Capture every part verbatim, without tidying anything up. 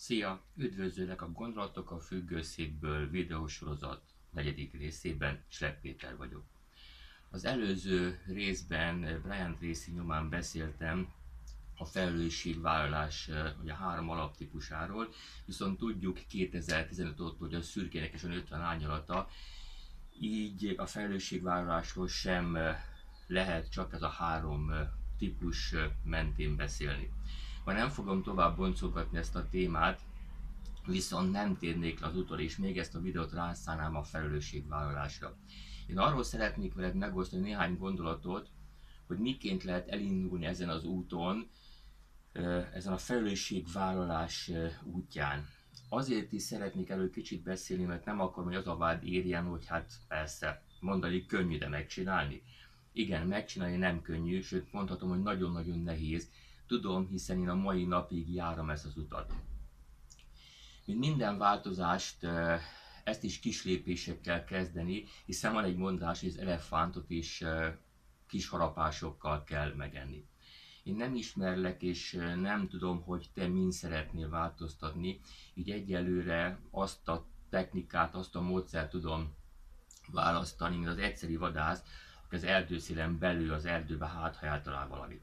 Szia! Üdvözöllek a Gondolatok a függőszékből videósorozat negyedik részében, Schlepp Péter vagyok. Az előző részben Brian Tracy nyomán beszéltem a felelősségvállalás ugye három alaptípusáról, viszont tudjuk kétezer-tizenöt óta, hogy a szürkének és a ötven árnyalata, így a felelősségvállalásról sem lehet csak ez a három típus mentén beszélni. Ma nem fogom tovább boncolgatni ezt a témát, viszont nem térnék le az úton, és még ezt a videót rászánám a felelősségvállalásra. Én arról szeretnék veled megosztani néhány gondolatot, hogy miként lehet elindulni ezen az úton, ezen a felelősségvállalás útján. Azért is szeretnék elő kicsit beszélni, mert nem akarom, hogy az a vád érjen, hogy hát persze, mondani könnyű, de megcsinálni. Igen, megcsinálni nem könnyű, sőt mondhatom, hogy nagyon-nagyon nehéz. Tudom, hiszen én a mai napig járom ezt az utat. Mint minden változást, ezt is kis lépésekkel kezdeni, hiszen van egy mondás, hogy az elefántot is kis harapásokkal kell megenni. Én nem ismerlek, és nem tudom, hogy te mind szeretnél változtatni, így egyelőre azt a technikát, azt a módszert tudom választani, mint az egyszeri vadász, aki az erdőszélen belül az erdőbe hát, ha eltalál valamit.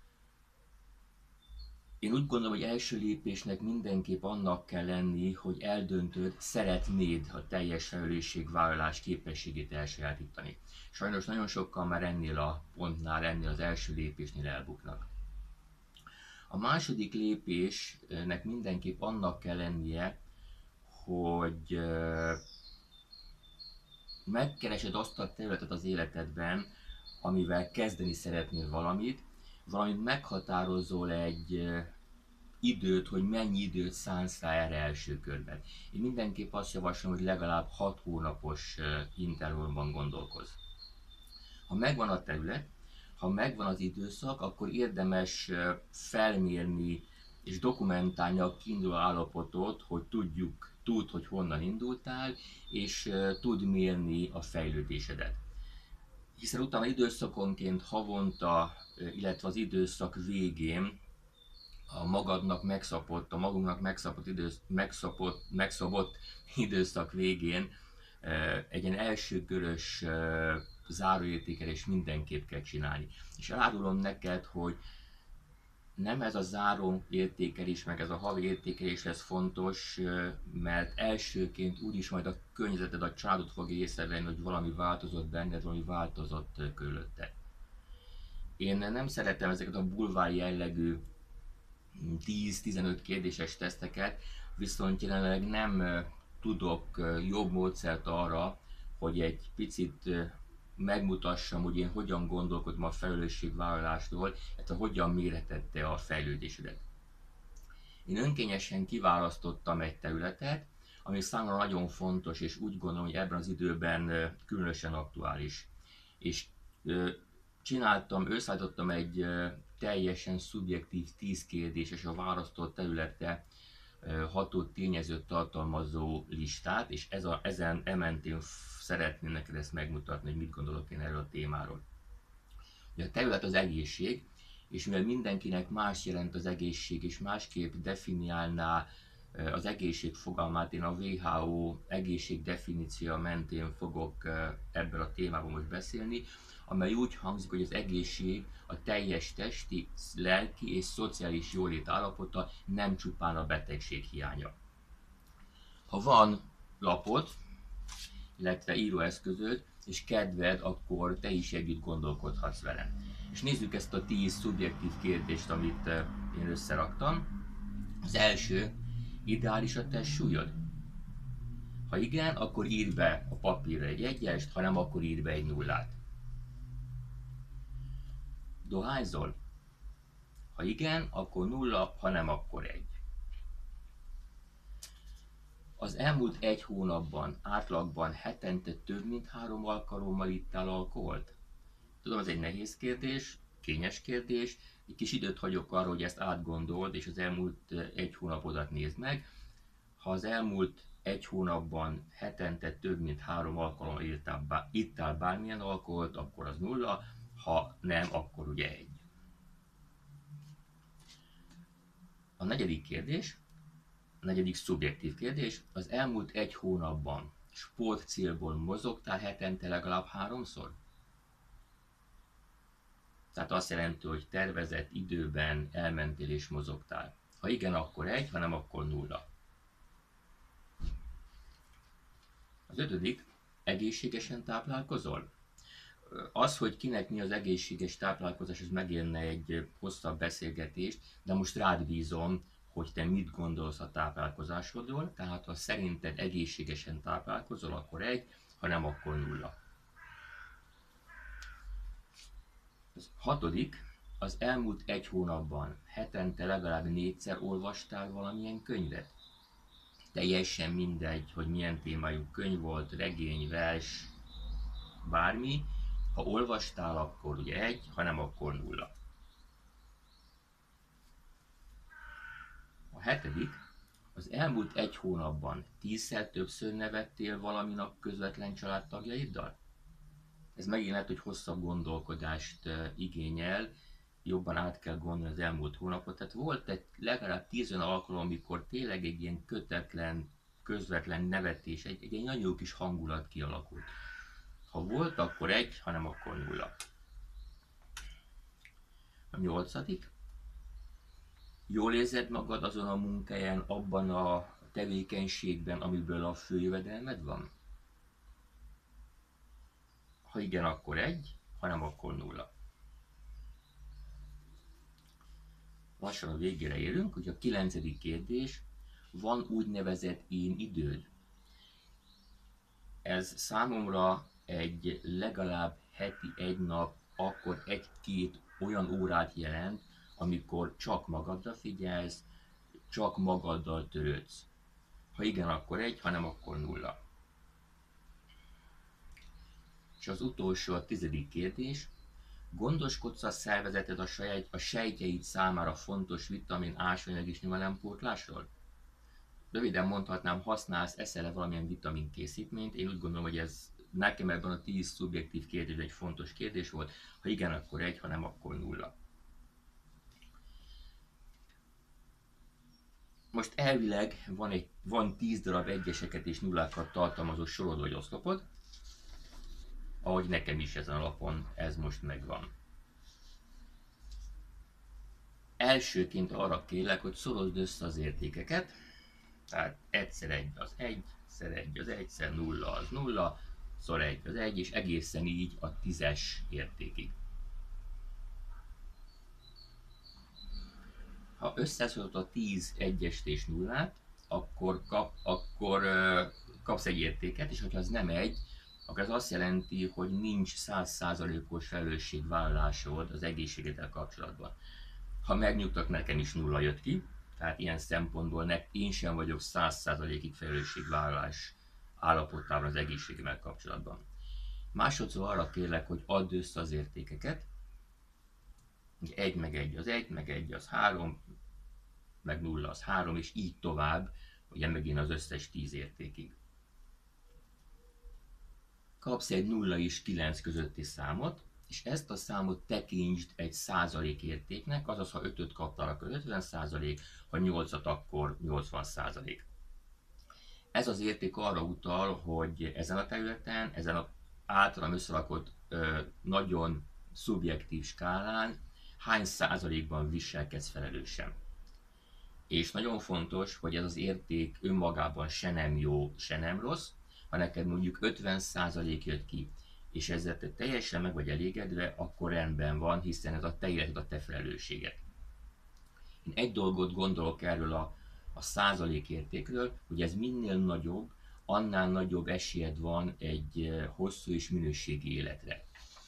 Én úgy gondolom, hogy első lépésnek mindenképp annak kell lenni, hogy eldöntöd, szeretnéd a teljes felelősségvállalás képességét elsajátítani. Sajnos nagyon sokan már ennél a pontnál, ennél az első lépésnél elbuknak. A második lépésnek mindenképp annak kell lennie, hogy megkeresed azt a területet az életedben, amivel kezdeni szeretnél valamit, valamint meghatározol egy időt, hogy mennyi időt szánsz rá erre első körben. Én mindenképp azt javaslom, hogy legalább hat hónapos intervallumban gondolkozz. Ha megvan a terület, ha megvan az időszak, akkor érdemes felmérni és dokumentálni a kiinduló állapotot, hogy tudjuk, tud, hogy honnan indultál, és tud mérni a fejlődésedet. Hiszen utána időszakonként havonta, illetve az időszak végén a magadnak megszabott, a magunknak megszabott, idősz, megszabott, megszabott időszak végén egy ilyen első körös záróértékelés mindenképp kell csinálni. És elárulom neked, hogy nem ez a záró értékelés, meg ez a havi értékelés lesz fontos, mert elsőként úgyis majd a környezeted, a családod fogja észrevenni, hogy valami változott benned, valami változott körülötted. Én nem szeretem ezeket a bulvár jellegű tíz-tizenöt kérdéses teszteket, viszont jelenleg nem tudok jobb módszert arra, hogy egy picit megmutassam, hogy én hogyan gondolkodom a felelősségvállalásról, illetve hogyan mérhetette a fejlődésedet. Én önkényesen kiválasztottam egy területet, ami számomra nagyon fontos, és úgy gondolom, hogy ebben az időben különösen aktuális. És csináltam, összeállítottam egy teljesen szubjektív tíz kérdéses a választott területre ható tényezőt tartalmazó listát, és ez a, ezen ementén szeretném neked ezt megmutatni, hogy mit gondolok én erről a témáról. Ugye a terület az egészség, és mivel mindenkinek más jelent az egészség, és másképp definiálná az egészség fogalmát, én a dupla vé há ó egészség definícia mentén fogok ebből a témában most beszélni, amely úgy hangzik, hogy az egészség a teljes testi, lelki és szociális jólét állapota, nem csupán a betegség hiánya. Ha van lapod, illetve íróeszközöd, és kedved, akkor te is együtt gondolkodhatsz velem. És nézzük ezt a tíz szubjektív kérdést, amit én összeraktam. Az első, ideális a testsúlyod? Ha igen, akkor írd be a papírra egy egyest, ha nem, akkor írd be egy nullát. Dohányzol? Ha igen, akkor nulla, ha nem, akkor egy. Az elmúlt egy hónapban átlagban hetente több mint három alkalommal ittál alkoholt? Tudom, ez egy nehéz kérdés, kényes kérdés, egy kis időt hagyok arra, hogy ezt átgondold, és az elmúlt egy hónapodat nézd meg. Ha az elmúlt egy hónapban hetente több mint három alkalommal ittál, ittál bármilyen alkoholt, akkor az nulla, ha nem, akkor ugye egy. A negyedik kérdés. Negyedik szubjektív kérdés. Az elmúlt egy hónapban sport célból mozogtál hetente legalább háromszor? Tehát azt jelenti, hogy tervezett időben elmentél és mozogtál. Ha igen, akkor egy, ha nem, akkor nulla. Az ötödik. Egészségesen táplálkozol? Az, hogy kinek mi az egészséges táplálkozás, ez megérne egy hosszabb beszélgetést, de most rád bízom, hogy te mit gondolsz a táplálkozásodról, tehát ha szerinted egészségesen táplálkozol, akkor egy, ha nem, akkor nulla. Az hatodik. Az elmúlt egy hónapban hetente legalább négyszer olvastál valamilyen könyvet? Teljesen mindegy, hogy milyen témájú könyv volt, regény, vers, bármi. Ha olvastál, akkor ugye egy, ha nem, akkor nulla. A hetedik. Az elmúlt egy hónapban tízszer többször nevettél valaminak közvetlen családtagjaiddal? Ez megint lehet, hogy hosszabb gondolkodást igényel, jobban át kell gondolni az elmúlt hónapot. Tehát volt egy legalább tíz olyan alkalom, amikor tényleg egy ilyen kötetlen, közvetlen nevetés, egy, egy, egy nagyon jó kis hangulat kialakult. Ha volt, akkor egy, ha nem, akkor nulla. A nyolcadik. Jól érzed magad azon a munkahelyen, abban a tevékenységben, amiből a fő jövedelmed van? Ha igen, akkor egy, ha nem, akkor nulla. Lassan a végére érünk, hogy a kilencedik kérdés. Van úgynevezett én időd? Ez számomra egy legalább heti egy nap, akkor egy-két olyan órát jelent, amikor csak magadra figyelsz, csak magaddal törődsz. Ha igen, akkor egy, ha nem, akkor nulla. És az utolsó, a tizedik kérdés. Gondoskodsz a szervezeted a, saját, a sejtjeid számára fontos vitamin, ásványanyag és nyomalémpótlásról? Röviden mondhatnám, használsz, eszel-e valamilyen vitamin készítményt? Én úgy gondolom, hogy ez nekem ebben a tíz szubjektív kérdés egy fontos kérdés volt. Ha igen, akkor egy, ha nem, akkor nulla. Most elvileg van, egy, van tíz darab egyeseket és nullákat tartalmazó sorod vagy oszlopod, ahogy nekem is ezen a lapon ez most megvan. Elsőként arra kérlek, hogy szorozd össze az értékeket, tehát egyszer egy az egy, szer egy az egy, szer nulla az nulla, szor egy az egy, és egészen így a tízes értékig. Ha összeszorozod a tíz egyest és nullát, akkor, kap, akkor uh, kapsz egy értéket, és hogyha az nem egy, akkor ez azt jelenti, hogy nincs száz százalékos felelősségvállalásod az egészségeddel kapcsolatban. Ha megnyugtak, nekem is nulla jött ki, tehát ilyen szempontból nek, én sem vagyok száz százalékig felelősségvállalás állapotában az egészségemmel kapcsolatban. Másodszor arra kérlek, hogy add össze az értékeket. egy meg egy az egy, meg egy az három, meg nulla az három, és így tovább, ugye megint az összes tíz értékig. Kapsz egy nulla és kilenc közötti számot, és ezt a számot tekintsd egy százalék értéknek, azaz ha ötöt kaptál, akkor ötven százalék, ha nyolcat, akkor nyolcvan százalék. Ez az érték arra utal, hogy ezen a területen, ezen az általam összerakott ö, nagyon szubjektív skálán hány százalékban viselkedsz felelősen. És nagyon fontos, hogy ez az érték önmagában se nem jó, se nem rossz, ha neked mondjuk ötven százalék jött ki, és ezzel te teljesen meg vagy elégedve, akkor rendben van, hiszen ez a te életed, a te felelősséged. Én egy dolgot gondolok erről a, a százalék értékről, hogy ez minél nagyobb, annál nagyobb esélyed van egy hosszú és minőségi életre.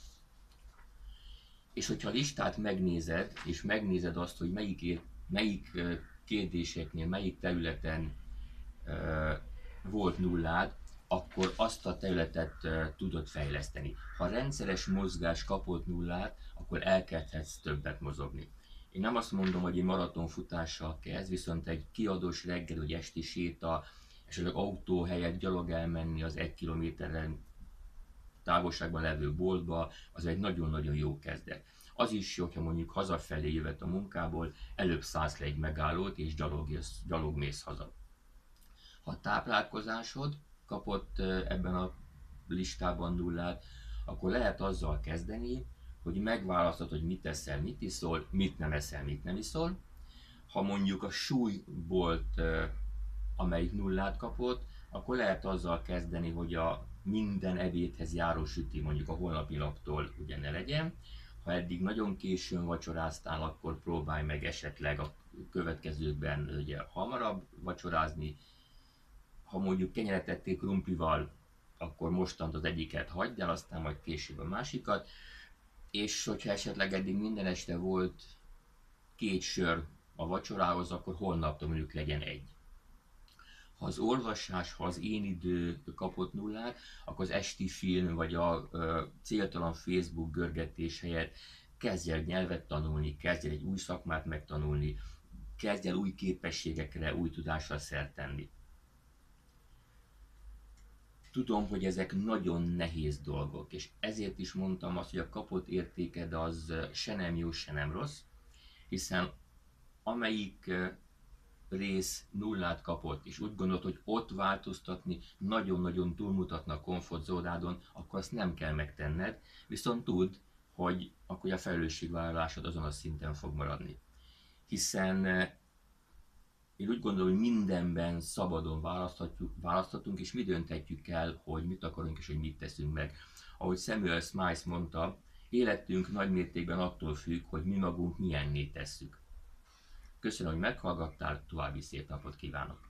És hogyha a listát megnézed, és megnézed azt, hogy melyik, melyik kérdéseknél, melyik területen uh, volt nullád, akkor azt a területet uh, tudod fejleszteni. Ha rendszeres mozgás kapott nullát, akkor elkezdhetsz többet mozogni. Én nem azt mondom, hogy egy maratonfutással kezd, viszont egy kiadós reggel, vagy esti séta, esetleg autó helyett gyalog elmenni az egy kilométeren távolságban levő boltba, az egy nagyon-nagyon jó kezdet. Az is jó, hogyha mondjuk hazafelé jövet a munkából, előbb szállsz le egy megállót és gyalogmész, gyalogmész haza. Ha a táplálkozásod kapott ebben a listában nullát, akkor lehet azzal kezdeni, hogy megválasztod, hogy mit eszel, mit iszol, mit nem eszel, mit nem iszol. Ha mondjuk a súly volt, amelyik nullát kapott, akkor lehet azzal kezdeni, hogy a minden ebédhez járó süti mondjuk a holnapi naptól ugye ne legyen. Ha eddig nagyon későn vacsoráztál, akkor próbálj meg esetleg a következőkben ugye hamarabb vacsorázni. Ha mondjuk kenyeret ettél krumplival, akkor mostant az egyiket hagyd el, aztán majd később a másikat. És hogyha esetleg eddig minden este volt két sör a vacsorához, akkor holnaptól mondjuk legyen egy. Ha az olvasás, ha az én idő kapott nullát, akkor az esti film vagy a ö, céltalan Facebook görgetés helyett kezdj el nyelvet tanulni, kezdj el egy új szakmát megtanulni, kezdj el új képességekre, új tudásra szert tenni. Tudom, hogy ezek nagyon nehéz dolgok, és ezért is mondtam azt, hogy a kapott értéked az se nem jó, se nem rossz, hiszen amelyik rész nullát kapott, és úgy gondolod, hogy ott változtatni nagyon-nagyon túlmutatna a komfortzónádon, akkor azt nem kell megtenned, viszont tudd, hogy akkor a felelősségvállalásod azon a szinten fog maradni. Hiszen én úgy gondolom, hogy mindenben szabadon választhatunk, és mi dönthetjük el, hogy mit akarunk és hogy mit teszünk meg. Ahogy Samuel Smiles mondta, életünk nagymértékben attól függ, hogy mi magunk milyenné tesszük. Köszönöm, hogy meghallgattál, további szép napot kívánok!